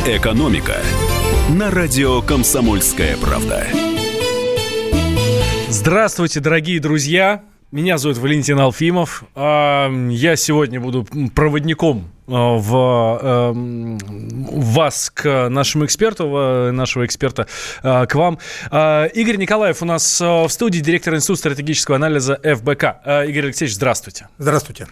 «Экономика» на радио «Комсомольская правда». Здравствуйте, дорогие друзья. Меня зовут Валентин Алфимов. Я сегодня буду проводником вас к нашему эксперту, нашего эксперта к вам. Игорь Николаев у нас в студии, директор Института стратегического анализа ФБК. Игорь Алексеевич, здравствуйте. Здравствуйте.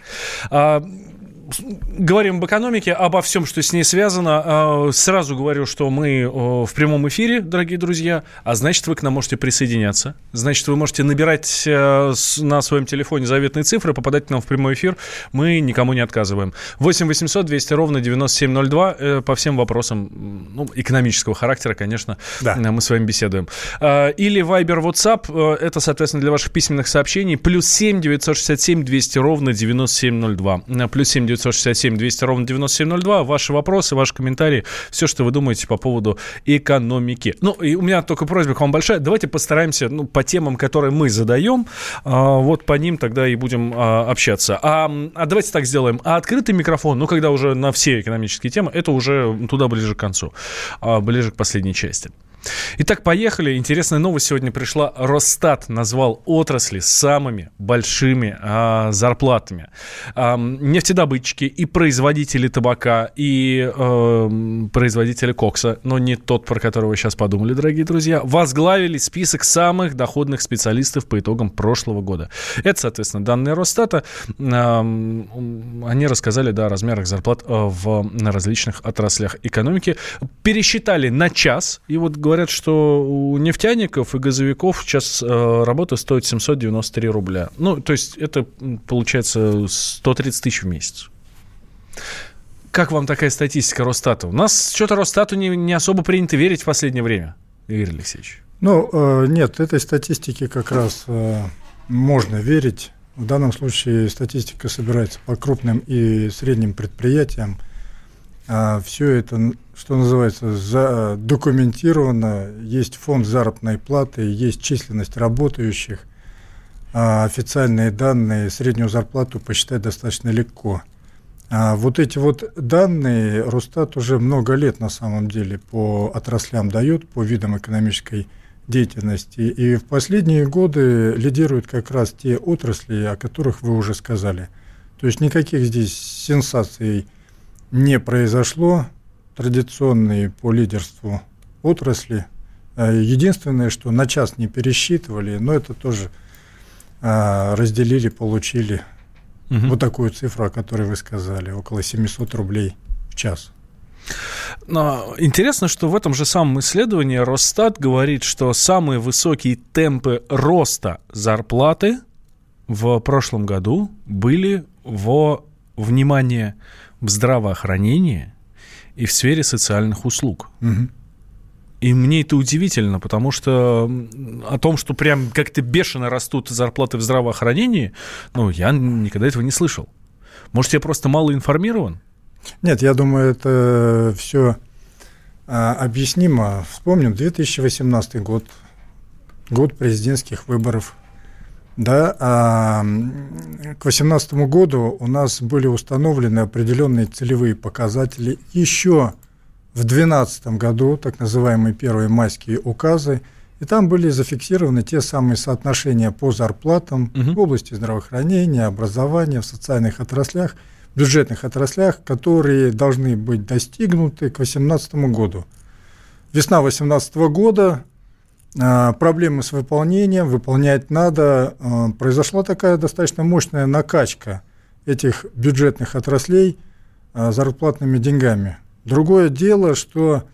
Говорим об экономике, обо всем, что с ней связано. Сразу говорю, что мы в прямом эфире, дорогие друзья, а значит, вы к нам можете присоединяться. Значит, вы можете набирать на своем телефоне заветные цифры, попадать к нам в прямой эфир. Мы никому не отказываем. 8 800 200 ровно 9702. По всем вопросам экономического характера, конечно, да, мы с вами беседуем. Или Viber, WhatsApp. Это, соответственно, для ваших письменных сообщений. +7 967 200 ровно 9702. +7 967 200 ровно 9702. Ваши вопросы, ваши комментарии, все, что вы думаете по поводу экономики. И у меня только просьба к вам большая. Давайте постараемся, по темам, которые мы задаем, вот по ним тогда и будем общаться. А давайте так сделаем. А открытый микрофон, когда уже на все экономические темы, это уже туда ближе к концу, ближе к последней части. Итак, поехали. Интересная новость сегодня пришла. Росстат назвал отрасли с самыми большими зарплатами. Нефтедобытчики и производители табака, и производители кокса, но не тот, про которого вы сейчас подумали, дорогие друзья, возглавили список самых доходных специалистов по итогам прошлого года. Это, соответственно, данные Росстата. Они рассказали, о размерах зарплат в различных отраслях экономики. Пересчитали на час, и говорят, что у нефтяников и газовиков сейчас работа стоит 793 рубля. То есть это получается 130 тысяч в месяц. Как вам такая статистика Росстата? У нас что-то Росстату не особо принято верить в последнее время, Игорь Алексеевич. Нет, этой статистике как раз можно верить. В данном случае статистика собирается по крупным и средним предприятиям. Все это, что называется, задокументировано. Есть фонд заработной платы, есть численность работающих. Официальные данные, среднюю зарплату посчитать достаточно легко. Вот эти данные Росстат уже много лет на самом деле по отраслям дает, по видам экономической деятельности. И в последние годы лидируют как раз те отрасли, о которых вы уже сказали. То есть никаких здесь сенсаций не произошло, традиционные по лидерству отрасли. Единственное, что на час не пересчитывали, но это тоже разделили, получили вот такую цифру, о которой вы сказали, около 700 рублей в час. Но интересно, что в этом же самом исследовании Росстат говорит, что самые высокие темпы роста зарплаты в прошлом году были в здравоохранении и в сфере социальных услуг. Угу. И мне это удивительно, потому что о том, что прям как-то бешено растут зарплаты в здравоохранении, я никогда этого не слышал. Может, я просто мало информирован? Нет, я думаю, это все объяснимо. Вспомним, 2018 год, год президентских выборов. Да, к 2018 году у нас были установлены определенные целевые показатели. Еще в 2012 году, так называемые первые майские указы, и там были зафиксированы те самые соотношения по зарплатам в области здравоохранения, образования, в социальных отраслях, бюджетных отраслях, которые должны быть достигнуты к 2018 году. Весна 2018 года. Проблемы с выполнением, выполнять надо. Произошла такая достаточно мощная накачка этих бюджетных отраслей зарплатными деньгами. Другое дело, что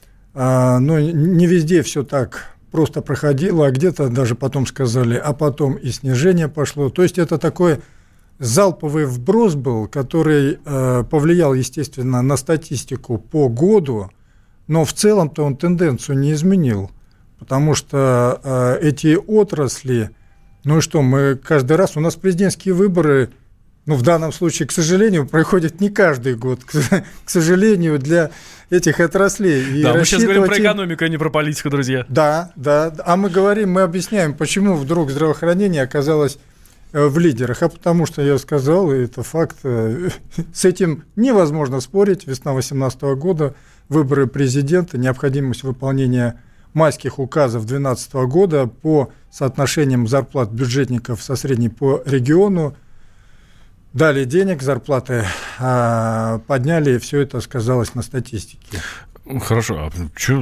не везде все так просто проходило, а где-то даже потом сказали, а потом и снижение пошло. То есть это такой залповый вброс был, который повлиял, естественно, на статистику по году, но в целом-то он тенденцию не изменил. Потому что эти отрасли, мы каждый раз, у нас президентские выборы, в данном случае, к сожалению, проходят не каждый год, к сожалению, для этих отраслей. И мы сейчас говорим про экономику, а не про политику, друзья. Да, мы объясняем, почему вдруг здравоохранение оказалось в лидерах, а потому что я сказал, и это факт, с этим невозможно спорить. Весна 2018 года, выборы президента, необходимость выполнения майских указов 2012 года по соотношениям зарплат бюджетников со средней по региону, дали денег, зарплаты подняли, и все это сказалось на статистике. Хорошо,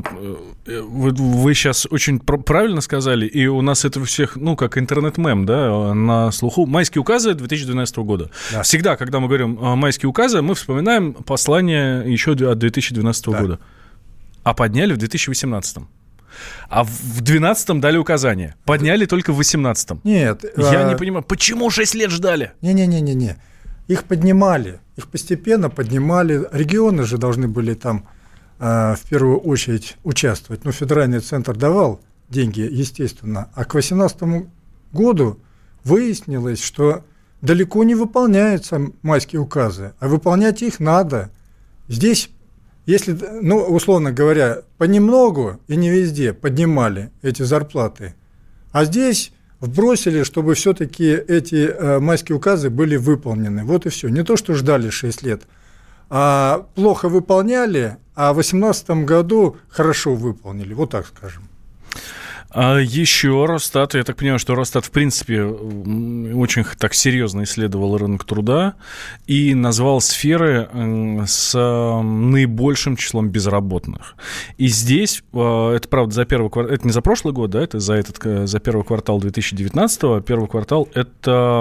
вы сейчас очень правильно сказали, и у нас это у всех, как интернет-мем, да, на слуху. Майские указы 2012 года. Да. Всегда, когда мы говорим майские указы, мы вспоминаем послание еще от 2012 года. А подняли в 2018. А в 2012 дали указания. Подняли только в 2018. Нет. Я не понимаю, почему 6 лет ждали? Не. Их поднимали, их постепенно поднимали. Регионы же должны были там в первую очередь участвовать. Федеральный центр давал деньги, естественно. А к 2018 году выяснилось, что далеко не выполняются майские указы, а выполнять их надо. Здесь, если, условно говоря, понемногу и не везде поднимали эти зарплаты, а здесь вбросили, чтобы все-таки эти майские указы были выполнены. Вот и все. Не то, что ждали 6 лет, а плохо выполняли, а в 2018 году хорошо выполнили, вот так скажем. А еще Росстат, я так понимаю, что Росстат, в принципе, очень так серьезно исследовал рынок труда и назвал сферы с наибольшим числом безработных. И здесь, это, правда, за первый квартал, это не за прошлый год, да, это за первый квартал 2019-го, первый квартал это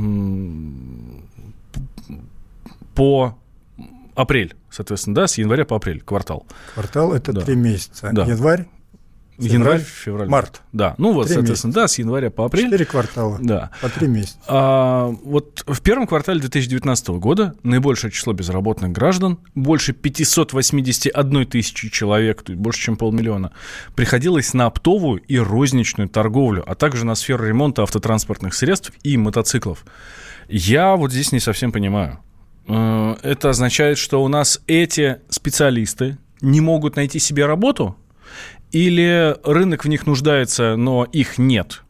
по апрель, соответственно, да, с января по апрель, квартал. Квартал – это 3 месяца. Да. Январь, февраль, март. Да, соответственно, да, с января по апрель. 4 квартала, да. По 3 месяца. Вот в первом квартале 2019 года наибольшее число безработных граждан, больше 581 тысячи человек, то есть больше, чем 500 000, приходилось на оптовую и розничную торговлю, а также на сферу ремонта автотранспортных средств и мотоциклов. Я вот здесь не совсем понимаю. Это означает, что у нас эти специалисты не могут найти себе работу? Или рынок в них нуждается, но их нет?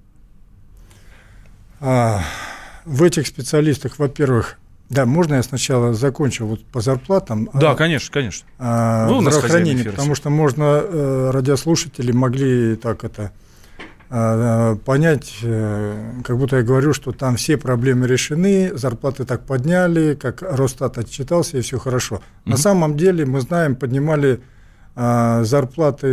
В этих специалистах, во-первых, да, можно я сначала закончу вот по зарплатам? Да, конечно. Вы у нас здравоохранение, потому что можно, радиослушатели могли так понять, как будто я говорю, что там все проблемы решены, зарплаты так подняли, как Росстат отчитался, и все хорошо. На самом деле, мы знаем, поднимали зарплаты,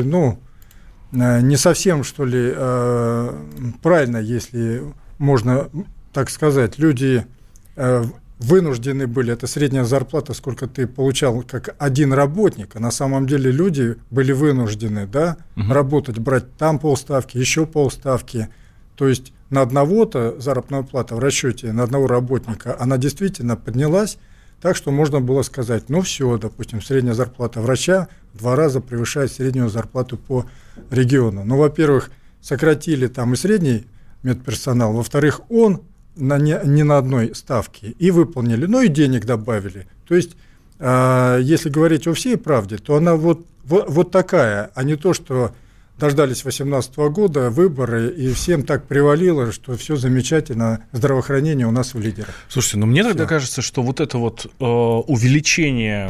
не совсем, что ли, правильно, если можно так сказать. Люди вынуждены были, это средняя зарплата, сколько ты получал как один работник, а на самом деле люди были вынуждены, работать, брать там полставки, еще полставки. То есть на одного-то заработная плата в расчете на одного работника, она действительно поднялась, так что можно было сказать, все, допустим, средняя зарплата врача в 2 раза превышает среднюю зарплату по региону. Во-первых, сократили там и средний медперсонал, во-вторых, он не на одной ставке, и выполнили, и денег добавили. То есть, если говорить о всей правде, то она вот такая, а не то, что дождались 2018 года, выборы, и всем так привалило, что все замечательно, здравоохранение у нас в лидерах. Слушайте, мне тогда кажется, что вот это увеличение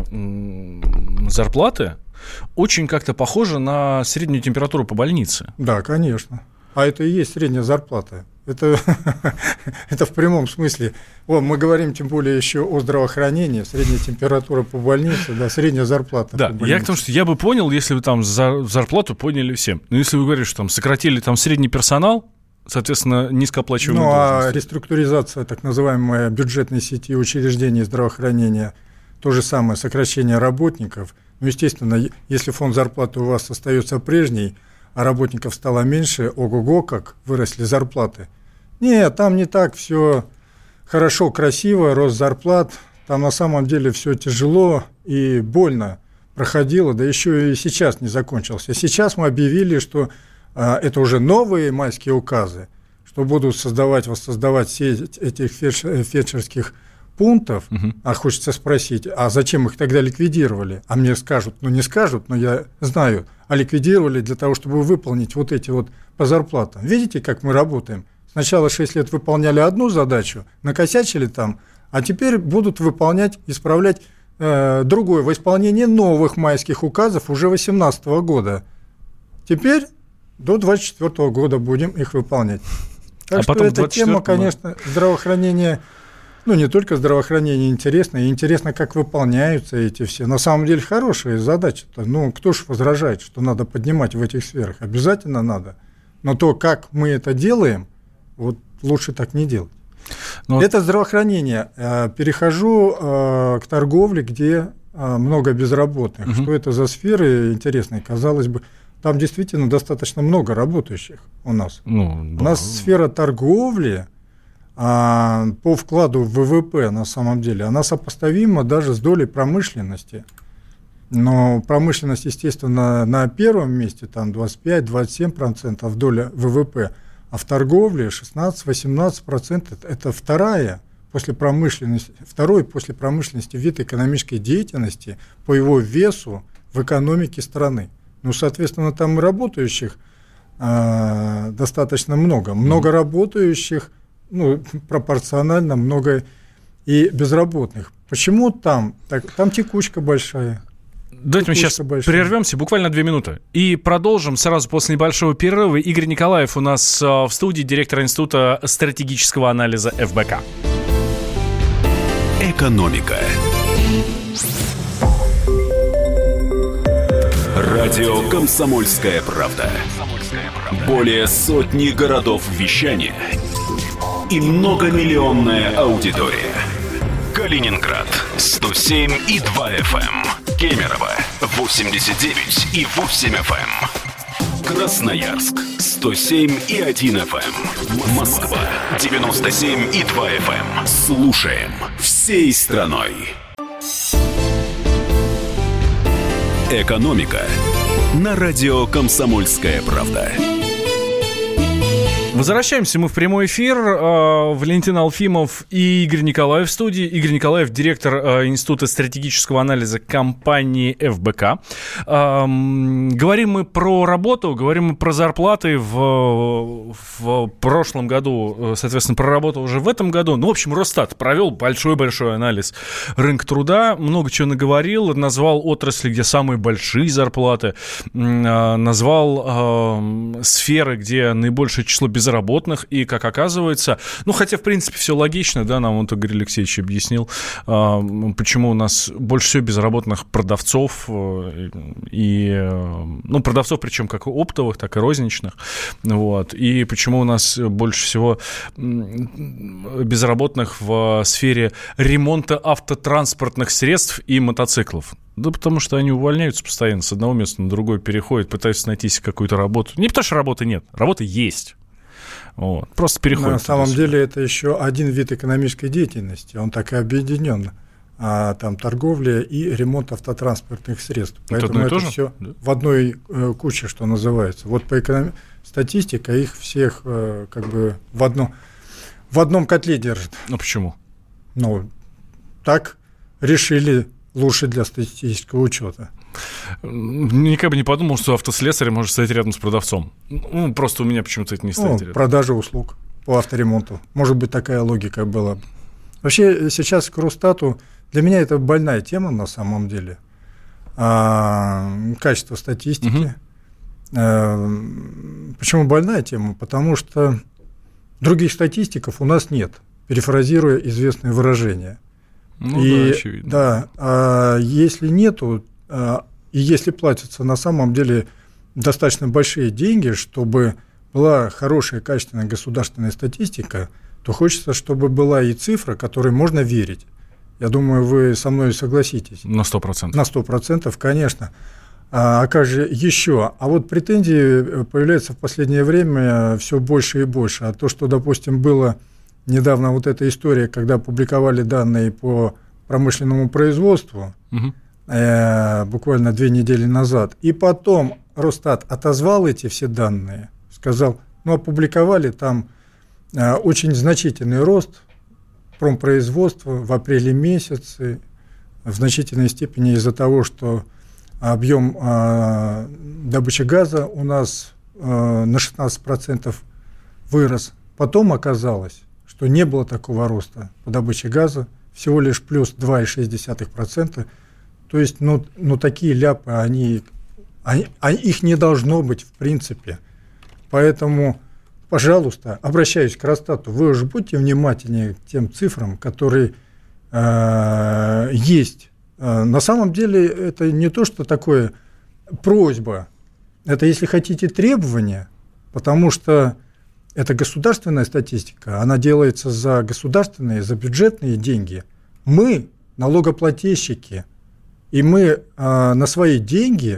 зарплаты очень как-то похоже на среднюю температуру по больнице. Да, конечно. А это и есть средняя зарплата. Это в прямом смысле. Мы говорим тем более еще о здравоохранении, средняя температура по больнице, средняя зарплата по больнице. Я к тому, что я бы понял, если бы там зарплату подняли всем. Но если вы говорите, что там сократили средний персонал, соответственно, низкооплачиваемые должности. А реструктуризация так называемой бюджетной сети учреждений здравоохранения, то же самое, сокращение работников. Естественно, если фонд зарплаты у вас остается прежний, а работников стало меньше, ого-го, как выросли зарплаты. Нет, там не так все хорошо, красиво, рост зарплат. Там на самом деле все тяжело и больно проходило, да еще и сейчас не закончился. Сейчас мы объявили, что это уже новые майские указы, что будут воссоздавать все этих фельдшерских пунктов. А хочется спросить, а зачем их тогда ликвидировали? А мне скажут, не скажут, но я знаю, а ликвидировали для того, чтобы выполнить эти по зарплатам. Видите, как мы работаем? сначала 6 лет выполняли одну задачу, накосячили там, а теперь будут выполнять, исправлять другой во исполнении новых майских указов уже 2018 года. Теперь до 2024 года будем их выполнять. Так что эта тема, конечно, здравоохранения, не только здравоохранение интересно, и интересно, как выполняются эти все. На самом деле хорошие задачи-то. Кто ж возражает, что надо поднимать в этих сферах? Обязательно надо. Но то, как мы это делаем, лучше так не делать. Это здравоохранение. Перехожу к торговле, где много безработных. Что это за сферы интересные? Казалось бы, там действительно достаточно много работающих у нас. У нас сфера торговли по вкладу в ВВП, на самом деле, она сопоставима даже с долей промышленности. Но промышленность, естественно, на первом месте, там 25-27% доля ВВП, а в торговле 16-18% – это второй после промышленности вид экономической деятельности по его весу в экономике страны. Соответственно, там и работающих достаточно много. Много работающих, пропорционально много и безработных. Почему там? Там текучка большая. Давайте мы сейчас прервемся буквально 2 минуты и продолжим сразу после небольшого перерыва. Игорь Николаев у нас в студии, директор Института стратегического анализа ФБК. Экономика. Радио «Комсомольская правда». Более сотни городов вещания и многомиллионная аудитория. Калининград 107,2 FM, Кемерово 89,8 FM, Красноярск 107,1 FM, Москва 97,2 FM. Слушаем всей страной. Экономика на радио «Комсомольская правда». Возвращаемся мы в прямой эфир. Валентин Алфимов и Игорь Николаев в студии. Игорь Николаев, директор Института стратегического анализа компании ФБК. Говорим мы про работу, говорим мы про зарплаты в прошлом году, соответственно, про работу уже в этом году. В общем, Росстат провел большой-большой анализ рынка труда, много чего наговорил, назвал отрасли, где самые большие зарплаты, назвал сферы, где наибольшее число безработных, и, как оказывается, хотя, в принципе, все логично, да, нам Игорь Алексеевич объяснил, почему у нас больше всего безработных продавцов, и, продавцов, причем как оптовых, так и розничных, и почему у нас больше всего безработных в сфере ремонта автотранспортных средств и мотоциклов. Да потому что они увольняются постоянно, с одного места на другое переходят, пытаются найти себе какую-то работу. Не потому что работы нет, работа есть. Просто переходит. На самом деле это еще один вид экономической деятельности, он так и объединен. Там торговля и ремонт автотранспортных средств. Поэтому это все в одной куче, что называется. По статистика их всех в одном котле держит. Почему? Так решили лучше для статистического учета. Никогда бы не подумал, что автослесарь может стоять рядом с продавцом. Просто у меня почему-то это не стоит рядом. Продажа услуг по авторемонту. Может быть, такая логика была. Вообще, сейчас к Росстату, для меня это больная тема на самом деле. Качество статистики. Почему больная тема? Потому что других статистиков у нас нет, перефразируя известное выражение. Очевидно. Да, если нету, и если платятся на самом деле достаточно большие деньги, чтобы была хорошая, качественная государственная статистика, то хочется, чтобы была и цифра, которой можно верить. Я думаю, вы со мной согласитесь. На 100%. На 100%, конечно. А как же еще? Претензии появляются в последнее время все больше и больше. А то, что, допустим, было недавно эта история, когда публиковали данные по промышленному производству, буквально 2 недели назад, и потом Росстат отозвал эти все данные, сказал, опубликовали там очень значительный рост промпроизводства в апреле месяце, в значительной степени из-за того, что объем добычи газа у нас на 16% вырос Потом оказалось, что не было такого роста по добыче газа, всего лишь плюс 2,6%. То есть, такие ляпы, их не должно быть в принципе. Поэтому, пожалуйста, обращаюсь к Росстату, вы уже будьте внимательнее к тем цифрам, которые есть. На самом деле это не то, что такое просьба, это, если хотите, требование, потому что это государственная статистика, она делается за государственные, за бюджетные деньги. Мы налогоплательщики, и мы на свои деньги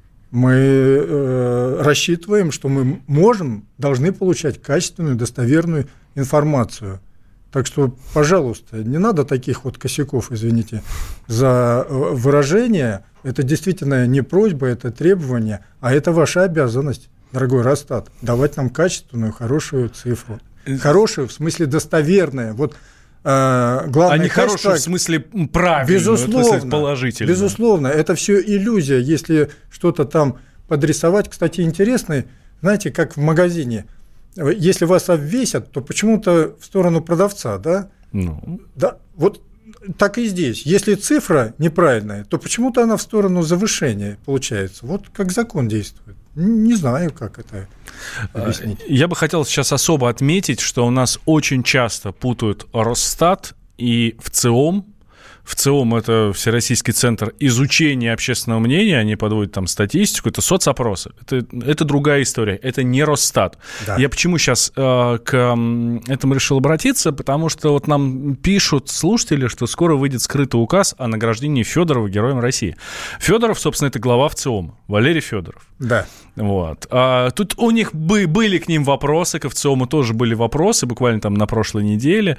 мы рассчитываем, что мы должны получать качественную, достоверную информацию. Так что, пожалуйста, не надо таких вот косяков, извините, за выражение. Это действительно не просьба, это требование, а это ваша обязанность, дорогой Росстат, давать нам качественную, хорошую цифру. Хорошую, в смысле достоверная. Вот, главное, не хорошую в смысле правильную, безусловно, в смысле положительную. Безусловно, это все иллюзия, если что-то там подрисовать. Кстати, интересно, знаете, как в магазине. Если вас обвесят, то почему-то в сторону продавца, да? Да, вот так и здесь. Если цифра неправильная, то почему-то она в сторону завышения получается. Вот как закон действует. Не знаю, как это объяснить. Я бы хотел сейчас особо отметить, что у нас очень часто путают Росстат и ВЦИОМ. ВЦИОМ – это Всероссийский центр изучения общественного мнения, они подводят там статистику, это соцопросы, это другая история, это не Росстат. Да. Я почему сейчас к этому решил обратиться, потому что вот нам пишут слушатели, что скоро выйдет скрытый указ о награждении Федорова Героем России. Федоров, собственно, это глава ВЦИОМа, Валерий Федоров. Да. Вот. Тут у них были к ним вопросы, к ВЦИОМу тоже были вопросы, буквально там на прошлой неделе.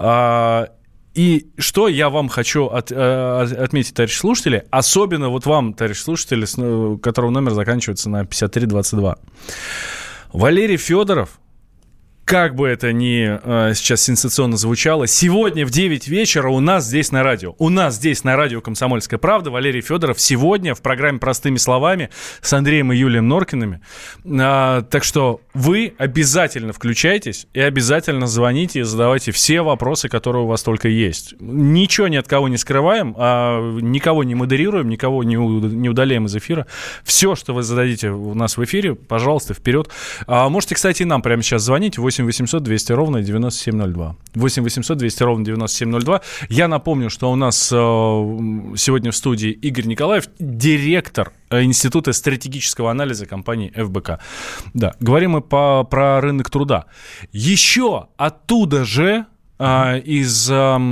И что я вам хочу отметить, товарищи слушатели, особенно вот вам, товарищи слушатели, у которого номер заканчивается на 5322. Валерий Федоров, как бы это ни сейчас сенсационно звучало, сегодня в 9 вечера у нас здесь на радио. У нас здесь на радио «Комсомольская правда» Валерий Федоров сегодня в программе «Простыми словами» с Андреем и Юлием Норкиными. Так что вы обязательно включайтесь и обязательно звоните и задавайте все вопросы, которые у вас только есть. Ничего ни от кого не скрываем, никого не модерируем, никого не удаляем из эфира. Все, что вы зададите у нас в эфире, пожалуйста, вперед. Можете, кстати, и нам прямо сейчас звонить. 8 800 200 ровно 9702. 8 800 200 ровно 9702. Я напомню, что у нас сегодня в студии Игорь Николаев, директор Института стратегического анализа компании ФБК. Да, говорим мы про рынок труда. Еще оттуда же из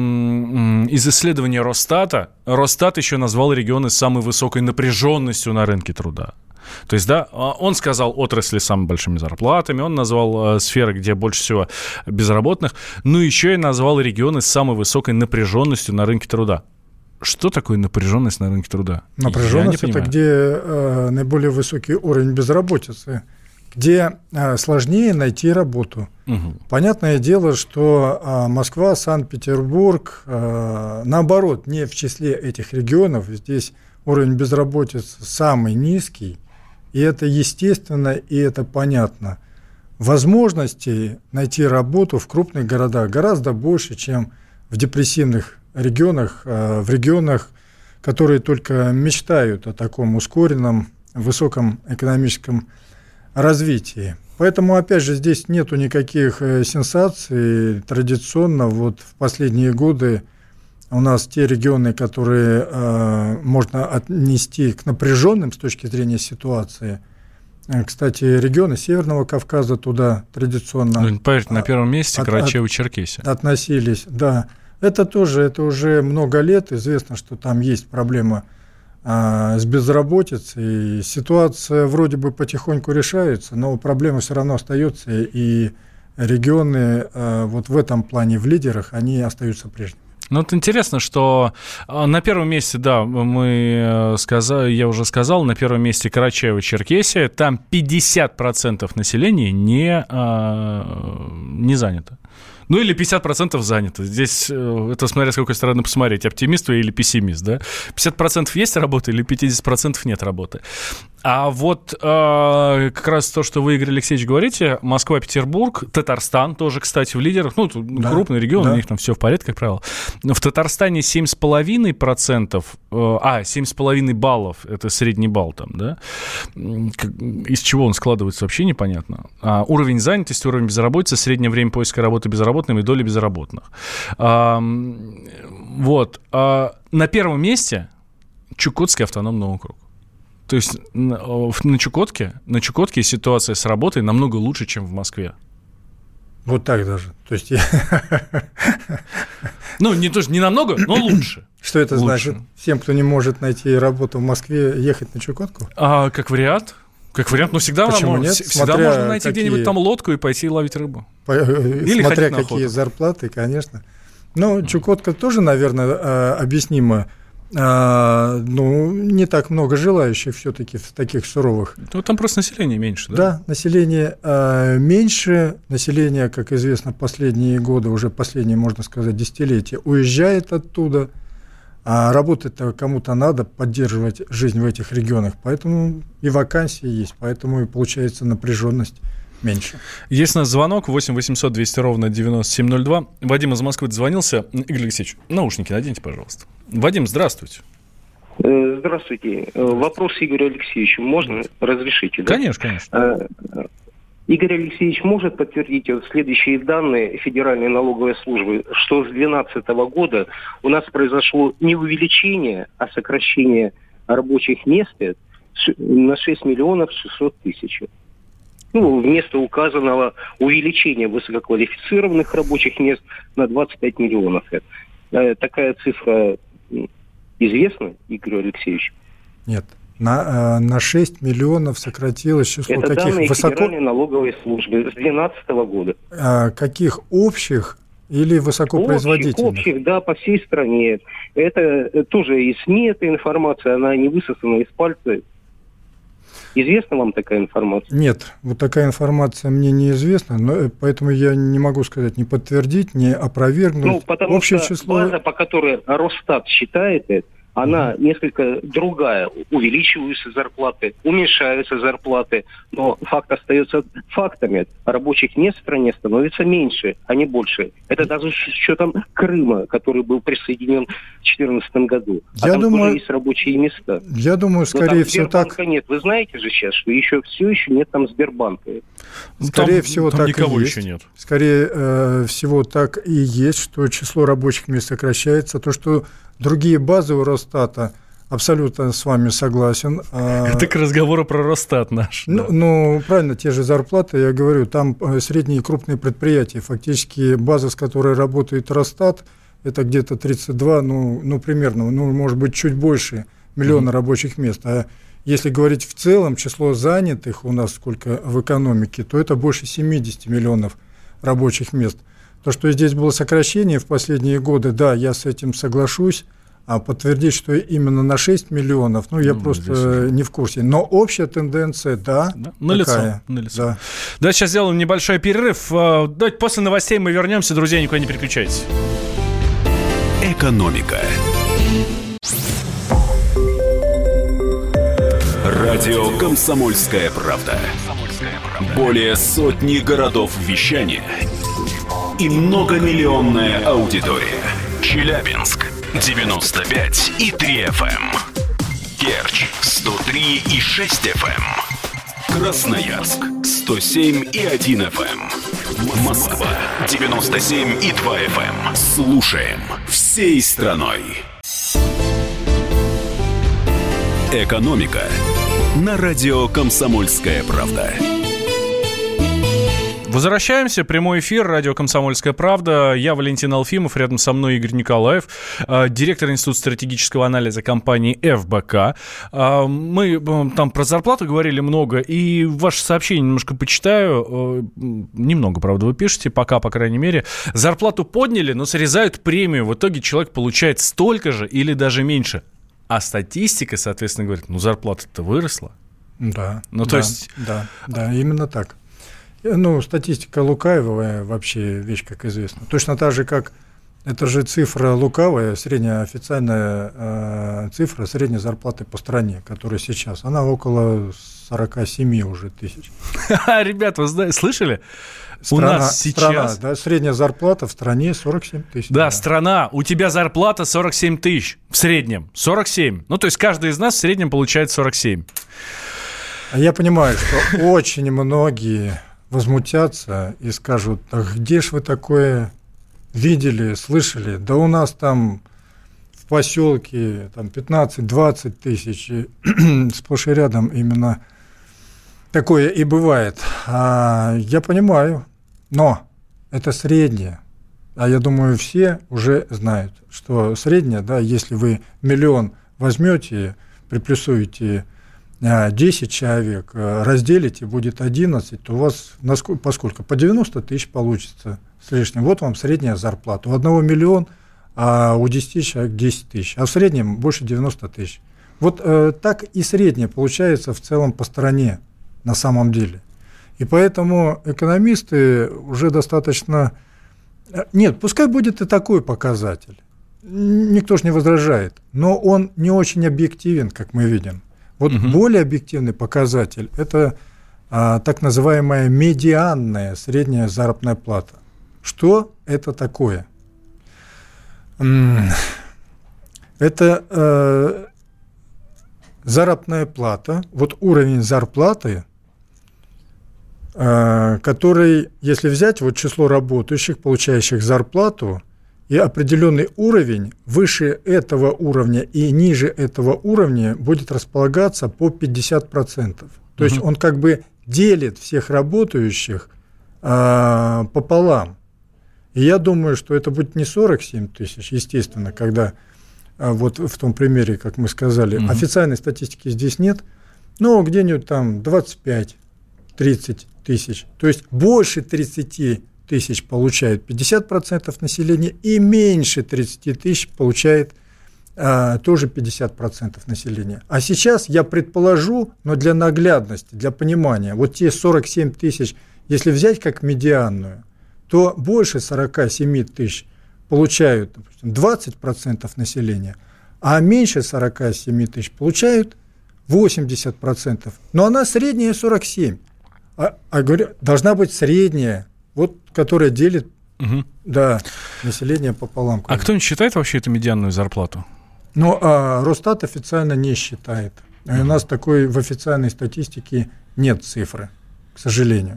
исследования Росстата, Росстат еще назвал регионы с самой высокой напряженностью на рынке труда. То есть, да, он сказал отрасли с самыми большими зарплатами, он назвал сферы, где больше всего безработных, но еще и назвал регионы с самой высокой напряженностью на рынке труда. Что такое напряженность на рынке труда? Напряженность – это где наиболее высокий уровень безработицы, где сложнее найти работу. Угу. Понятное дело, что Москва, Санкт-Петербург, наоборот, не в числе этих регионов, здесь уровень безработицы самый низкий, и это естественно, и это понятно. Возможностей найти работу в крупных городах гораздо больше, чем в депрессивных регионах, в регионах, которые только мечтают о таком ускоренном, высоком экономическом развитии. Поэтому, опять же, здесь нету никаких сенсаций. Традиционно вот в последние годы у нас те регионы, которые можно отнести к напряженным с точки зрения ситуации. Кстати, регионы Северного Кавказа туда традиционно... Поверьте, на первом месте Карачаево-Черкесия. Относились, да. Это уже много лет. Известно, что там есть проблема с безработицей. Ситуация вроде бы потихоньку решается, но проблема все равно остается, и регионы вот в этом плане в лидерах, они остаются прежними. Ну, вот интересно, что на первом месте, да, я уже сказал, на первом месте Карачаево-Черкесия, там 50% населения не занято. Ну, или 50% заняты. Здесь это смотря с какой стороны посмотреть. Оптимист вы или пессимист, да? 50% есть работа или 50% нет работы. А вот как раз то, что вы, Игорь Алексеевич, говорите, Москва, Петербург, Татарстан тоже, кстати, в лидерах. Ну, да, крупный регион, у них там все в порядке, как правило. В Татарстане 7,5%, 7,5 баллов, это средний балл там, да? Из чего он складывается, вообще непонятно. Уровень занятости, уровень безработицы, среднее время поиска работы безработным и доля безработных. Вот. На первом месте Чукотский автономный округ. То есть на Чукотке ситуация с работой намного лучше, чем в Москве. Вот так даже. То есть ну, не намного, но лучше. Что это значит? Всем, кто не может найти работу в Москве, ехать на Чукотку? Как вариант. Но всегда можно найти где-нибудь там лодку и пойти ловить рыбу. Или смотря какие зарплаты, конечно. Но Чукотка тоже, наверное, объяснимо. Не так много желающих все-таки в таких суровых. Ну, там просто население меньше, да? Да, население меньше. Население, как известно, последние годы, уже последние, можно сказать, десятилетия, уезжает оттуда. А работать-то кому-то надо, поддерживать жизнь в этих регионах. Поэтому и вакансии есть, поэтому и получается напряженность меньше. Есть у нас звонок 8 800 200 ровно 9702. Вадим из Москвы дозвонился. Игорь Алексеевич, наушники наденьте, пожалуйста. Вадим, здравствуйте. Здравствуйте. Вопрос Игорю Алексеевичу можно? Разрешите? Да? Конечно. Игорь Алексеевич может подтвердить следующие данные Федеральной налоговой службы, что с 2012 года у нас произошло не увеличение, а сокращение рабочих мест на 6 миллионов 600 тысяч. Вместо указанного увеличения высококвалифицированных рабочих мест на 25 миллионов. Такая цифра известна, Игорь Алексеевич? Нет. На 6 миллионов сократилось число это каких данные Федеральной налоговой службы с 2012 года. Каких общих или высокопроизводительных? Общих, да, по всей стране. Это тоже и СМИ, эта информация, она не высосана из пальца. Известна вам такая информация? Нет, вот такая информация мне неизвестна, но поэтому я не могу сказать, не подтвердить, не опровергнуть. Потому общее что число... база, по которой Росстат считает это, она несколько другая. Увеличиваются зарплаты, уменьшаются зарплаты, но факт остается фактами. Рабочих мест в стране становится меньше, а не больше. Это даже с учетом Крыма, который был присоединен в 2014 году. Там тоже есть рабочие места. Я думаю, скорее всего так. Нет, вы знаете же сейчас, что все еще нет там Сбербанка. Скорее всего там так никого и есть. Еще нет. Скорее всего так и есть, что число рабочих мест сокращается. То, что другие базы у Росстата, абсолютно с вами согласен. Это к разговору про Росстат наш. Правильно, те же зарплаты, я говорю, там средние и крупные предприятия. Фактически база, с которой работает Росстат, это где-то 32, примерно, может быть, чуть больше миллиона рабочих мест. А если говорить в целом, число занятых у нас сколько в экономике, то это больше 70 миллионов рабочих мест. То, что здесь было сокращение в последние годы, да, я с этим соглашусь, а подтвердить, что именно на 6 миллионов, я просто не в курсе. Но общая тенденция, да, налицо. Да, сейчас сделаем небольшой перерыв. Давайте после новостей мы вернемся. Друзья, никуда не переключайтесь. Экономика. Радио «Комсомольская правда». Более сотни городов вещания и многомиллионная аудитория. Челябинск 95,3 FM. Керчь 103,6 FM. Красноярск 107,1 FM. Москва 97,2 FM. Слушаем всей страной. Экономика на радио «Комсомольская правда». Возвращаемся. Прямой эфир. Радио «Комсомольская правда». Я Валентин Алфимов. Рядом со мной Игорь Николаев, директор Института стратегического анализа компании ФБК. Мы там про зарплату говорили много. И ваше сообщение немножко почитаю. Немного, правда, вы пишете. Пока, по крайней мере. Зарплату подняли, но срезают премию. В итоге человек получает столько же или даже меньше. А статистика, соответственно, говорит, зарплата-то выросла. Да. То есть... Да, именно так. Статистика лукавая вообще вещь, как известно. Точно так же, как это же цифра лукавая, средняя официальная цифра средней зарплаты по стране, которая сейчас, она около 47 уже тысяч. Ребята, вы слышали? У нас сейчас... средняя зарплата в стране 47 тысяч. Да, страна, у тебя зарплата 47 тысяч в среднем. 47. То есть каждый из нас в среднем получает 47. Я понимаю, что очень многие возмутятся и скажут: а где ж вы такое видели, слышали? Да у нас там в поселке 15-20 тысяч, сплошь и рядом именно такое и бывает. Я понимаю, но это среднее. А я думаю, все уже знают, что среднее, если вы миллион возьмете, приплюсуете 10 человек, разделите, будет 11, то у вас поскольку по 90 тысяч получится с лишним. Вот вам средняя зарплата. У 1 миллион, а у 10 человек 10 тысяч, а в среднем больше 90 тысяч. Вот так и среднее получается в целом по стране на самом деле. И поэтому экономисты уже достаточно... Нет, пускай будет и такой показатель. Никто же не возражает. Но он не очень объективен, как мы видим. Вот более объективный показатель – это так называемая медианная средняя заработная плата. Что это такое? Это заработная плата, вот уровень зарплаты, который, если взять вот число работающих, получающих зарплату, и определенный уровень, выше этого уровня и ниже этого уровня будет располагаться по 50%. То есть он как бы делит всех работающих пополам. И я думаю, что это будет не 47 тысяч, естественно, когда вот в том примере, как мы сказали, официальной статистики здесь нет, но где-нибудь там 25-30 тысяч. То есть больше 30 тысяч получает 50% населения, и меньше 30 тысяч получает тоже 50% населения. А сейчас я предположу, но для наглядности, для понимания, вот те 47 тысяч, если взять как медианную, то больше 47 тысяч получают, допустим, 20% населения, а меньше 47 тысяч получают 80%. Но она средняя 47. Говорю, должна быть средняя, вот, которая делит население пополам. А кто не считает вообще эту медианную зарплату? Росстат официально не считает. У нас такой в официальной статистике нет цифры, к сожалению.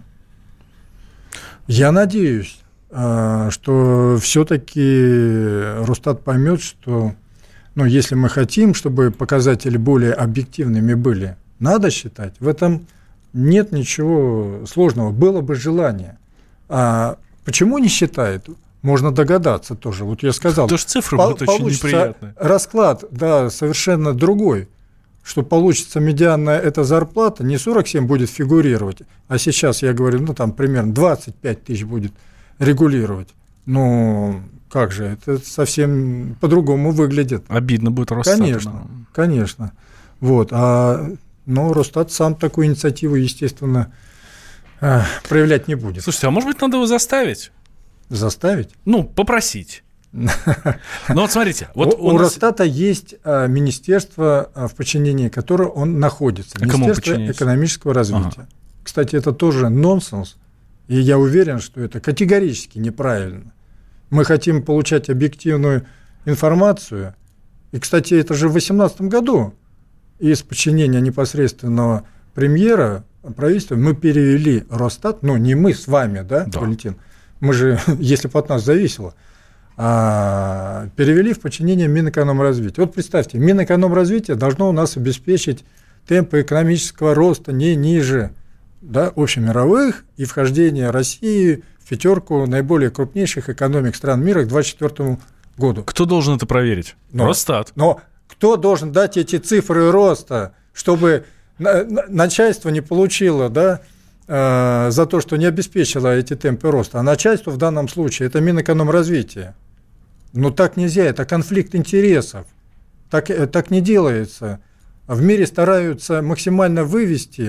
Я надеюсь, что все-таки Росстат поймет, что если мы хотим, чтобы показатели более объективными были, надо считать. В этом нет ничего сложного. Было бы желание. А почему не считает? Можно догадаться тоже. Вот я сказал. Потому что цифры будут очень неприятные. Расклад, совершенно другой. Что получится медианная эта зарплата, не 47 будет фигурировать, а сейчас, я говорю, примерно 25 тысяч будет регулировать. Как же, это совсем по-другому выглядит. Обидно будет Росстату. Конечно. Вот. Но Росстат сам такую инициативу, естественно, проявлять не будет. Слушайте, а может быть, надо его заставить? Заставить? Попросить. Вот смотрите. У Росстата есть министерство, в подчинении которого он находится. Министерство экономического развития. Кстати, это тоже нонсенс, и я уверен, что это категорически неправильно. Мы хотим получать объективную информацию. И, кстати, это же в 2018 году из подчинения непосредственного премьера правительства мы перевели Росстат, не мы с вами, да, Валентин? Мы же, если бы от нас зависело, перевели в подчинение Минэкономразвития. Вот представьте, Минэкономразвитие должно у нас обеспечить темпы экономического роста не ниже общемировых и вхождение России в пятерку наиболее крупнейших экономик стран мира к 2024 году. Кто должен это проверить? Росстат. Но кто должен дать эти цифры роста, чтобы начальство не получило, за то, что не обеспечило эти темпы роста, а начальство в данном случае – это Минэкономразвитие. Так нельзя, это конфликт интересов. Так не делается. В мире стараются максимально вывести,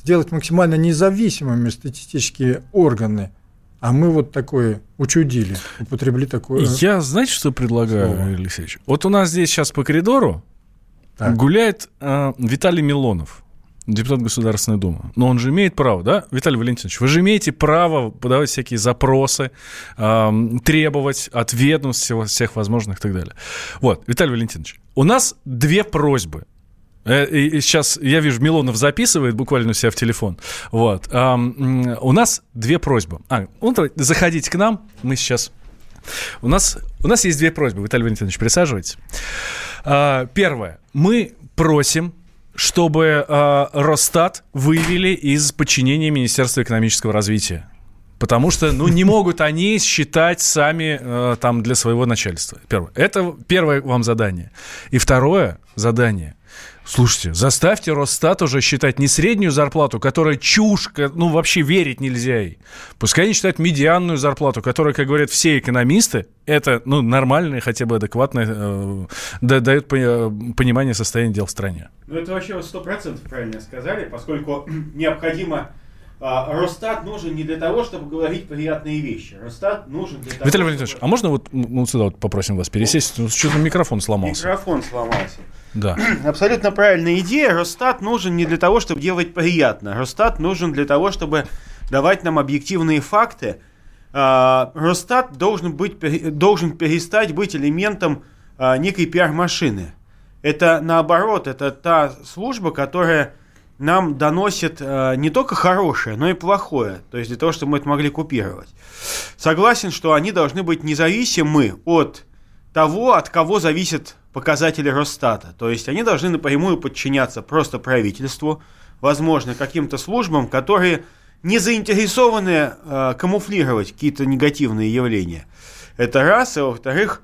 сделать максимально независимыми статистические органы. А мы вот такое учудили, употребили такое. Я, знаете, что предлагаю, Юрий Алексеевич? Вот у нас здесь сейчас по коридору гуляет Виталий Милонов, депутат Государственной Думы. Но он же имеет право, да, Виталий Валентинович? Вы же имеете право подавать всякие запросы, требовать от ведомств всех возможных и так далее. Вот, Виталий Валентинович, у нас две просьбы. И сейчас, я вижу, Милонов записывает буквально у себя в телефон. Вот. У нас две просьбы. Заходите к нам, мы сейчас... У нас есть две просьбы. Виталий Валентинович, присаживайтесь. Первое. Мы просим, чтобы Росстат вывели из подчинения Министерства экономического развития. Потому что, не могут они считать сами там для своего начальства. Это первое вам задание. И второе задание. Слушайте, заставьте Росстат уже считать не среднюю зарплату, которая чушь, вообще верить нельзя ей. Пускай они считают медианную зарплату, которая, как говорят все экономисты, это нормальное, хотя бы адекватное, дает понимание состояния дел в стране. Это вообще 100% правильно сказали, поскольку необходимо... Росстат нужен не для того, чтобы говорить приятные вещи. Росстат нужен для того, Виталий Валентинович, а можно вот сюда попросим вас пересесть? Что-то микрофон сломался. Микрофон сломался. Да. Абсолютно правильная идея. Росстат нужен не для того, чтобы делать приятно. Росстат нужен для того, чтобы давать нам объективные факты. Росстат должен перестать быть элементом некой пиар-машины. Это наоборот, это та служба, которая нам доносит не только хорошее, но и плохое. То есть для того, чтобы мы это могли купировать. Согласен, что они должны быть независимы от того, от кого зависят показатели Росстата. То есть они должны напрямую подчиняться просто правительству, возможно, каким-то службам, которые не заинтересованы камуфлировать какие-то негативные явления. Это раз. И во-вторых,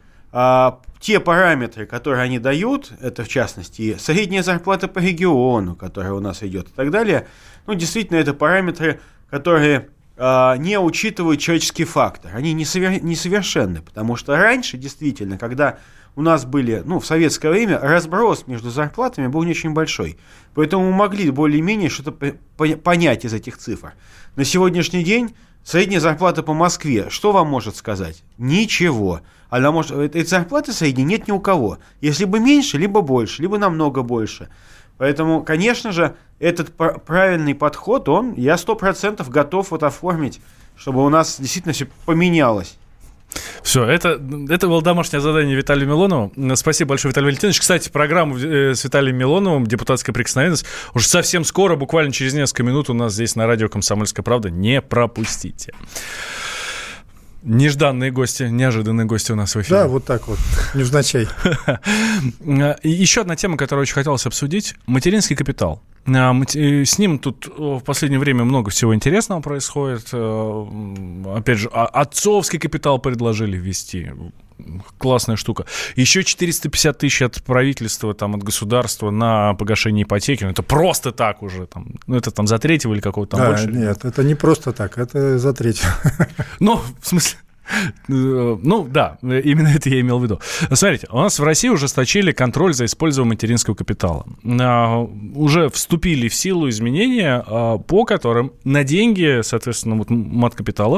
те параметры, которые они дают, это в частности средняя зарплата по региону, которая у нас идет и так далее, действительно это параметры, которые не учитывают человеческий фактор. Они несовершенны, потому что раньше, действительно, когда у нас были, в советское время, разброс между зарплатами был не очень большой. Поэтому мы могли более-менее что-то понять из этих цифр. На сегодняшний день средняя зарплата по Москве, что вам может сказать? Ничего. Этой зарплаты средней нет ни у кого. Есть либо меньше, либо больше, либо намного больше. Поэтому, конечно же, этот правильный подход, я 100% готов оформить, чтобы у нас действительно все поменялось. Все, это было домашнее задание Виталию Милонову. Спасибо большое, Виталий Валентинович. Кстати, программу с Виталием Милоновым «Депутатская прикосновенность» уже совсем скоро, буквально через несколько минут у нас здесь на радио «Комсомольская правда». Не пропустите. Нежданные гости, неожиданные гости у нас в эфире. Да, вот так вот, невзначай. Еще одна тема, которую очень хотелось обсудить – материнский капитал. С ним тут в последнее время много всего интересного происходит. Опять же, отцовский капитал предложили ввести. Классная штука. Еще 450 тысяч от правительства, от государства на погашение ипотеки. Это просто так уже. Это за третьего или какого-то там больше? Нет, это не просто так, это за третьего. В смысле... да, именно это я имел в виду. Смотрите, у нас в России ужесточили контроль за использованием материнского капитала. Уже вступили в силу изменения, по которым на деньги, соответственно, маткапитала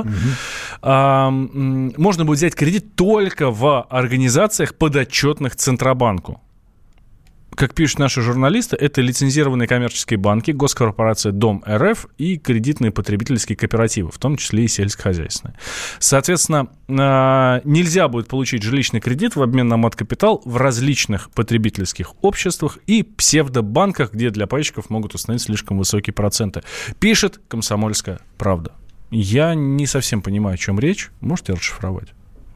можно будет взять кредит только в организациях, подотчетных Центробанку. Как пишут наши журналисты, это лицензированные коммерческие банки, госкорпорация Дом РФ и кредитные потребительские кооперативы, в том числе и сельскохозяйственные. Соответственно, нельзя будет получить жилищный кредит в обмен на маткапитал в различных потребительских обществах и псевдобанках, где для пайщиков могут установить слишком высокие проценты. Пишет «Комсомольская правда». Я не совсем понимаю, о чем речь. Можете расшифровать?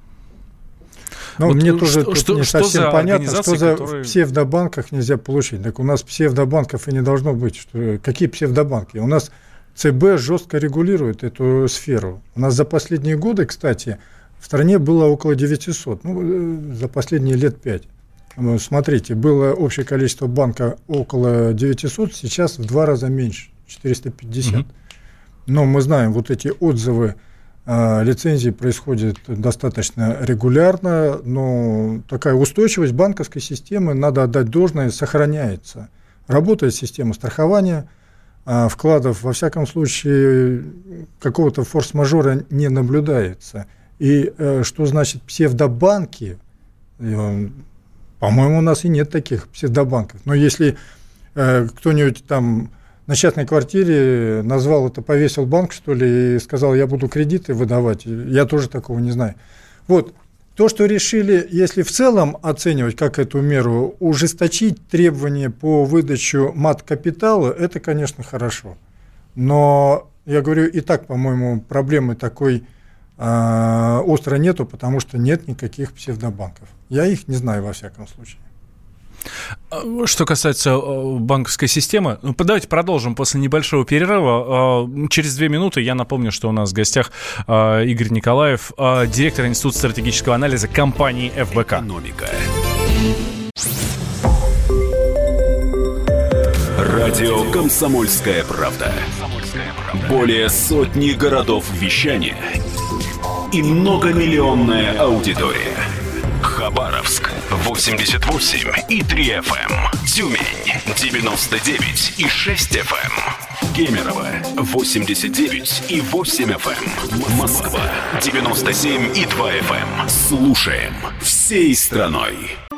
Мне тоже не совсем понятно, что в псевдобанках нельзя получить. Так у нас псевдобанков и не должно быть. Какие псевдобанки? У нас ЦБ жестко регулирует эту сферу. У нас за последние годы, кстати, в стране было около 900, за последние лет 5. Смотрите, было общее количество банков около 900, сейчас в 2 раза меньше, 450. Но мы знаем, вот эти отзывы лицензии происходит достаточно регулярно, но такая устойчивость банковской системы, надо отдать должное, сохраняется. Работает система страхования, вкладов, во всяком случае, какого-то форс-мажора не наблюдается. И что значит псевдобанки? По-моему, у нас и нет таких псевдобанков. Но если кто-нибудь там на частной квартире назвал это, повесил банк, что ли, и сказал, я буду кредиты выдавать, я тоже такого не знаю. Вот. То, что решили, если в целом оценивать как эту меру, ужесточить требования по выдаче мат-капитала, это, конечно, хорошо. Но, я говорю, и так, по-моему, проблемы такой остро нету, потому что нет никаких псевдобанков. Я их не знаю, во всяком случае. Что касается банковской системы, давайте продолжим после небольшого перерыва. Через 2 минуты я напомню, что у нас в гостях Игорь Николаев, директор Института стратегического анализа компании ФБК. Экономика. Радио «Комсомольская правда». Более сотни городов вещания и многомиллионная аудитория. Хабаровск 88,3 FM, Тюмень 99,6 FM, Кемерово 89,8 FM, Москва 97,2 FM. Слушаем всей страной.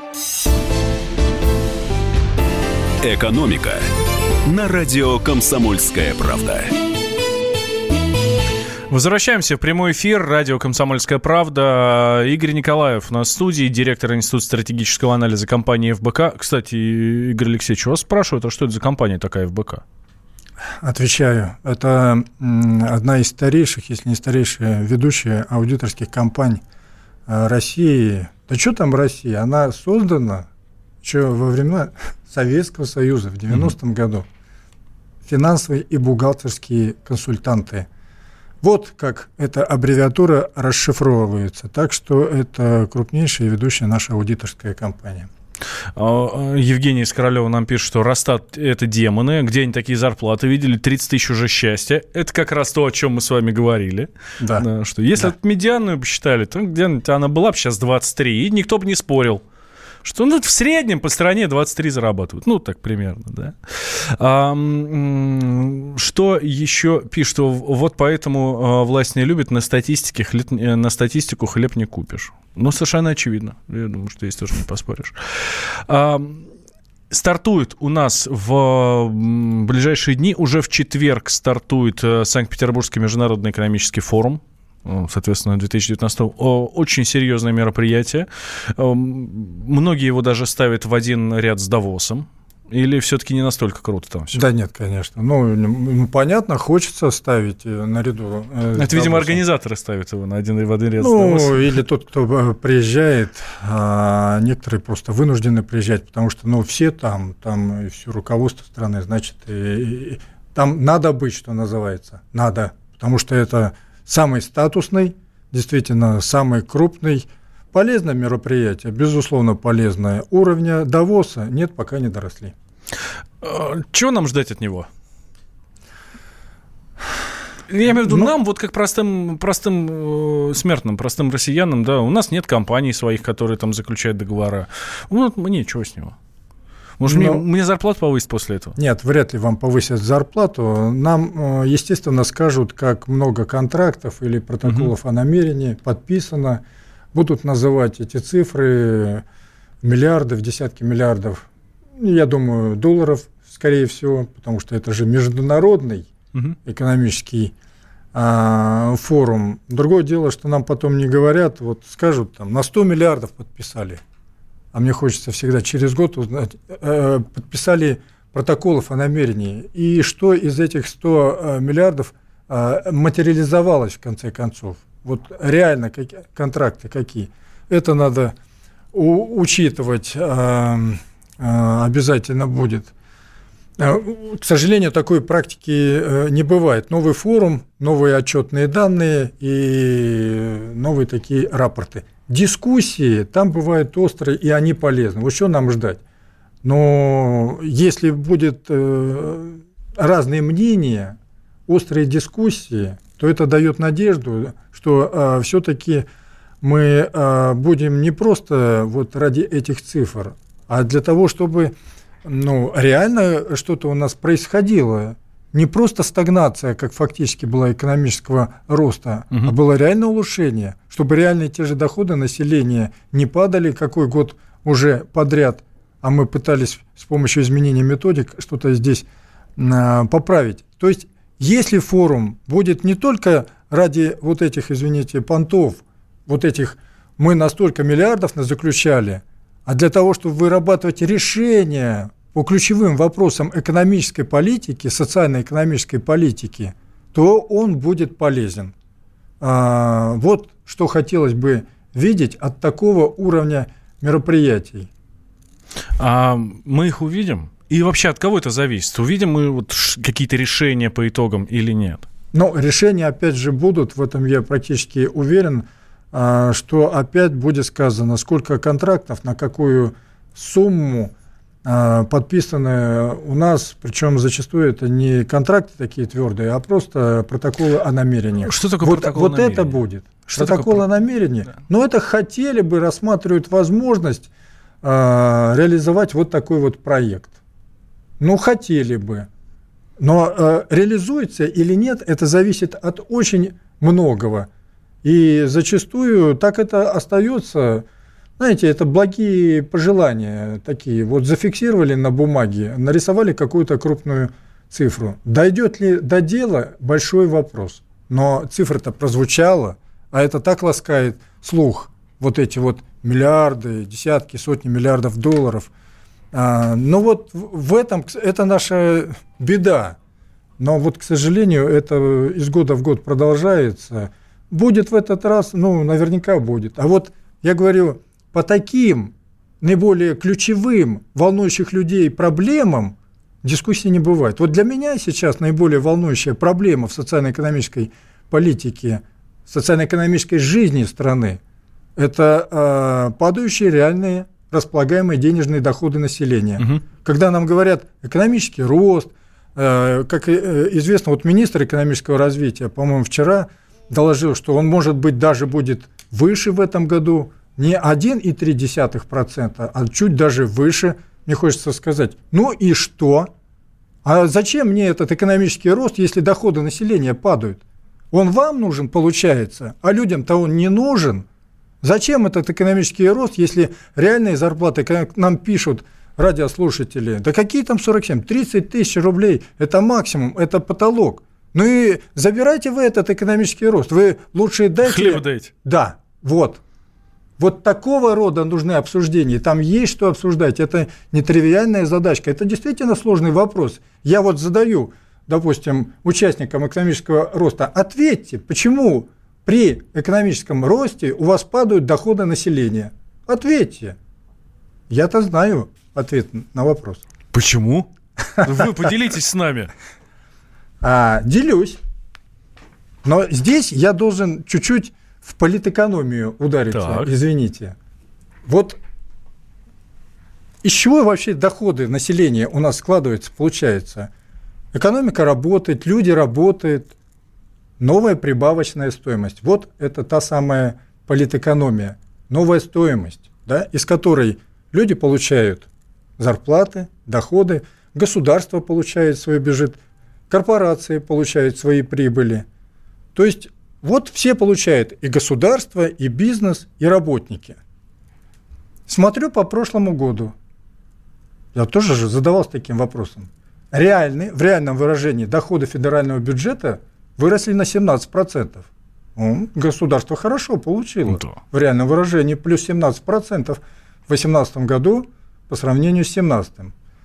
Экономика на радио «Комсомольская правда». Возвращаемся в прямой эфир. Радио «Комсомольская правда». Игорь Николаев у нас в студии, директор Института стратегического анализа компании ФБК. Кстати, Игорь Алексеевич, вас спрашивают, а что это за компания такая ФБК? Отвечаю. Это одна из старейших, если не старейшая, ведущая аудиторских компаний России. Да что там Россия? Она создана еще во времена Советского Союза в 90-м году. Финансовые и бухгалтерские консультанты. Вот как эта аббревиатура расшифровывается. Так что это крупнейшая и ведущая наша аудиторская компания. Евгений из Королева нам пишет, что Росстат – это демоны. Где они такие зарплаты видели? 30 тысяч уже счастья. Это как раз то, о чем мы с вами говорили. Да. Что если бы медианную посчитали, то где-нибудь она была бы сейчас 23, и никто бы не спорил. Что в среднем по стране 23 зарабатывают. Так примерно, да. Что еще пишут, что вот поэтому власть не любит, на статистику хлеб не купишь. Совершенно очевидно. Я думаю, что здесь тоже не поспоришь. Стартует у нас в ближайшие дни, уже в четверг стартует Санкт-Петербургский международный экономический форум. Соответственно, 2019 очень серьезное мероприятие. Многие его даже ставят в один ряд с Давосом. Или все-таки не настолько круто там все? Да нет, конечно. Понятно, хочется ставить наряду. Это, видимо, организаторы ставят его в один ряд с Давосом. Или тот, кто приезжает, некоторые просто вынуждены приезжать, потому что все там и все руководство страны, значит, и там надо быть, что называется. Надо, потому что это самый статусный, действительно, самый крупный, полезное мероприятие, безусловно, полезное. Уровня Давоса нет, пока не доросли. Чего нам ждать от него? Я имею в виду, нам, вот как простым смертным, простым россиянам, да, у нас нет компаний своих, которые там заключают договора. Мне чего с него? Может, мне зарплату повысить после этого? Нет, вряд ли вам повысят зарплату. Нам, естественно, скажут, как много контрактов или протоколов о намерении подписано. Будут называть эти цифры в миллиарды, в десятки миллиардов, я думаю, долларов, скорее всего, потому что это же международный экономический форум. Другое дело, что нам потом не говорят, скажут, там, на 100 миллиардов подписали. А мне хочется всегда через год узнать, подписали протоколов о намерении, и что из этих 100 миллиардов материализовалось в конце концов. Вот реально контракты какие. Это надо учитывать обязательно будет. К сожалению, такой практики не бывает. Новый форум, новые отчетные данные и новые такие рапорты. Дискуссии там бывают острые, и они полезны. Вот что нам ждать? Но если будет разные мнения, острые дискуссии, то это дает надежду, что все-таки мы будем не просто ради этих цифр, а для того, чтобы реально что-то у нас происходило. не просто стагнация, как фактически была экономического роста, а было реальное улучшение, чтобы реальные те же доходы населения не падали какой год уже подряд, а мы пытались с помощью изменения методик что-то здесь поправить. То есть, если форум будет не только ради вот этих, извините, понтов, вот этих мы на столько миллиардов заключали, а для того, чтобы вырабатывать решения по ключевым вопросам экономической политики, социально-экономической политики, то он будет полезен. Вот что хотелось бы видеть от такого уровня мероприятий. А мы их увидим? И вообще от кого это зависит? Увидим мы вот какие-то решения по итогам или нет? Ну, решения опять же будут, в этом я практически уверен, что опять будет сказано, сколько контрактов, на какую сумму подписаны у нас, причем зачастую это не контракты такие твердые, а просто протоколы о намерениях. Что такое протокол о намерениях? Вот это будет. Протокол о намерениях. Да. Но это хотели бы, рассматривают возможность реализовать вот такой вот проект. Ну, хотели бы. Но реализуется или нет, это зависит от очень многого. И зачастую так это остается. Знаете, это благие пожелания такие. Вот зафиксировали на бумаге, нарисовали какую-то крупную цифру. Дойдет ли до дела – большой вопрос. Но цифра-то прозвучала, а это так ласкает слух. Вот эти вот миллиарды, десятки, сотни миллиардов долларов. Ну вот в этом это наша беда. Но вот, к сожалению, это из года в год продолжается. Будет в этот раз, ну, наверняка будет. А вот я говорю, по таким наиболее ключевым, волнующих людей проблемам дискуссии не бывает. Вот для меня сейчас наиболее волнующая проблема в социально-экономической политике, социально-экономической жизни страны – это падающие реальные располагаемые денежные доходы населения. Когда нам говорят экономический рост, как известно, вот министр экономического развития, по-моему, вчера доложил, что он, может быть, даже будет выше в этом году, не 1,3%, а чуть даже выше. Мне хочется сказать, ну и что? А зачем мне этот экономический рост, если доходы населения падают? Он вам нужен, получается, а людям-то он не нужен. Зачем этот экономический рост, если реальные зарплаты, как нам пишут радиослушатели, да какие там 47, 30 тысяч рублей, это максимум, это потолок. Ну и забирайте вы этот экономический рост, вы лучше дайте... Хлеб дайте. Да, вот. Вот такого рода нужны обсуждения, там есть что обсуждать, это нетривиальная задачка, это действительно сложный вопрос. Я вот задаю, допустим, участникам экономического роста, ответьте, почему при экономическом росте у вас падают доходы населения? Ответьте. Я-то знаю ответ на вопрос. Почему? Вы поделитесь с нами. Делюсь. Но здесь я должен чуть-чуть в политэкономию удариться, так. Извините. Вот из чего вообще доходы населения у нас складываются, получается? Экономика работает, люди работают, новая прибавочная стоимость. Вот это та самая политэкономия, новая стоимость, да, из которой люди получают зарплаты, доходы, государство получает свой бюджет, корпорации получают свои прибыли. То есть вот все получают, и государство, и бизнес, и работники. Смотрю по прошлому году, я тоже же задавался таким вопросом. В реальном выражении доходы федерального бюджета выросли на 17%. Государство хорошо получило. Да. В реальном выражении плюс 17% в 2018 году по сравнению с 2017.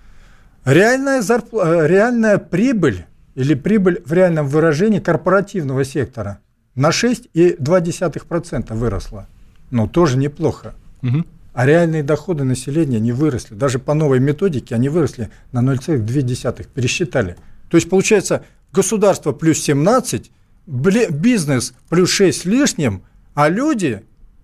Реальная прибыль или прибыль в реальном выражении корпоративного сектора на 6,2% выросла. Ну, тоже неплохо. Угу. А реальные доходы населения не выросли. Даже по новой методике они выросли на 0,2%. Пересчитали. То есть, получается, государство плюс 17, бизнес плюс 6 с лишним, а люди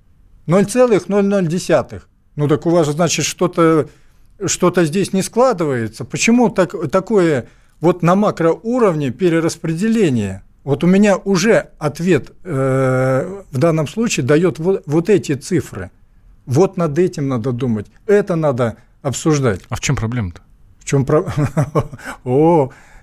0,00. Ну, так у вас, значит, что-то здесь не складывается. Почему такое вот на макроуровне перераспределение? Вот у меня уже ответ в данном случае дает вот эти цифры. Вот над этим надо думать. Это надо обсуждать. А в чем проблема-то? В чем проблема?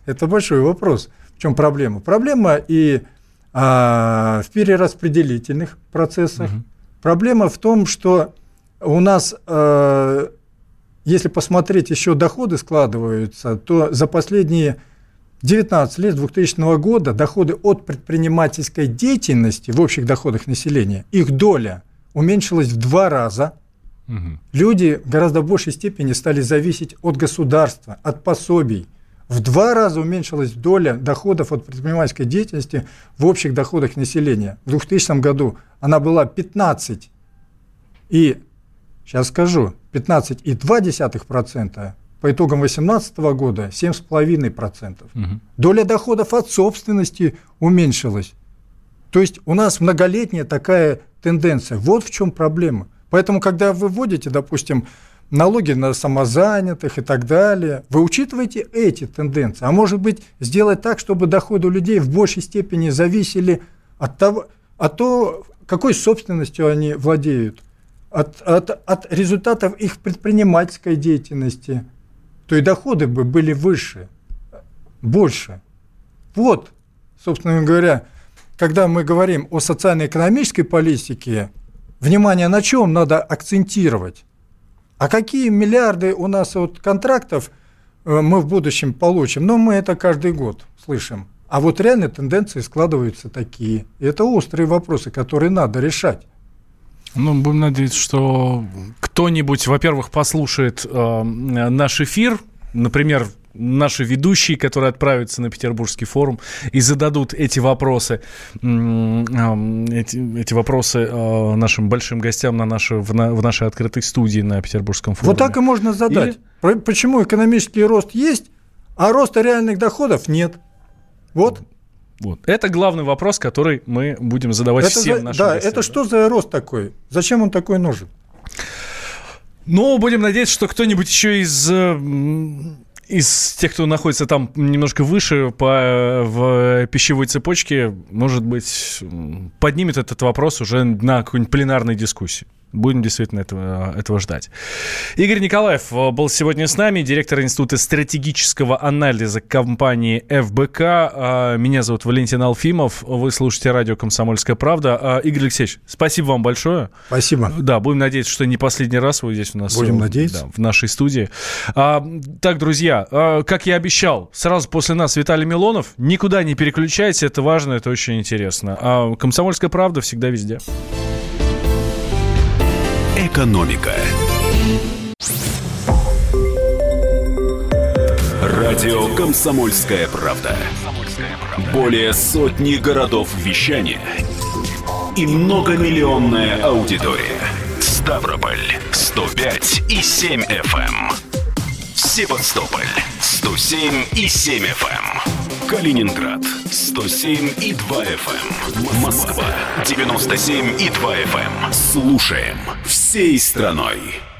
Это большой вопрос. В чем проблема? Проблема и в перераспределительных процессах. Проблема в том, что у нас, если посмотреть, еще доходы складываются, то за последние 19 лет, с 2000 года, доходы от предпринимательской деятельности в общих доходах населения, их доля уменьшилась в 2 раза. Люди в гораздо большей степени стали зависеть от государства, от пособий. В 2 раза уменьшилась доля доходов от предпринимательской деятельности в общих доходах населения. В 2000 году она была 15, и, сейчас скажу, 15,2%, по итогам 2018 года 7,5%. Доля доходов от собственности уменьшилась. То есть у нас многолетняя такая тенденция. Вот в чем проблема. Поэтому, когда вы вводите, допустим, налоги на самозанятых и так далее, вы учитываете эти тенденции. А может быть, сделать так, чтобы доходы у людей в большей степени зависели от того, какой собственностью они владеют, от результатов их предпринимательской деятельности, то и доходы бы были выше, больше. Вот, собственно говоря, когда мы говорим о социально-экономической политике, внимание на чем надо акцентировать? А какие миллиарды у нас вот контрактов мы в будущем получим? Ну, мы это каждый год слышим. А вот реально тенденции складываются такие. И это острые вопросы, которые надо решать. Ну, будем надеяться, что кто-нибудь, во-первых, послушает наш эфир, например, наши ведущие, которые отправятся на Петербургский форум и зададут эти вопросы нашим большим гостям в нашей открытой студии на Петербургском форуме. Вот так и можно задать. Почему экономический рост есть, а роста реальных доходов нет? Вот. Это главный вопрос, который мы будем задавать всем нашим гостям. Это что за рост такой? Зачем он такой нужен? Ну, будем надеяться, что кто-нибудь еще из тех, кто находится там немножко выше в пищевой цепочке, может быть, поднимет этот вопрос уже на какой-нибудь пленарной дискуссии. Будем действительно этого ждать. Игорь Николаев был сегодня с нами, директор Института стратегического анализа компании ФБК. Меня зовут Валентин Алфимов. Вы слушаете радио «Комсомольская правда». Игорь Алексеевич, спасибо вам большое. Спасибо. Да, будем надеяться, что не последний раз вы здесь у нас. Будем надеяться. Да, в нашей студии. Так, друзья, как я обещал, сразу после нас Виталий Милонов. Никуда не переключайтесь, это важно, это очень интересно. «Комсомольская правда» всегда везде. Экономика. Радио «Комсомольская правда». Более сотни городов вещания и многомиллионная аудитория. Ставрополь 105,7 FM. Севастополь 107,7 FM. Калининград 107,2 FM. Москва 97,2 FM. Слушаем всей страной.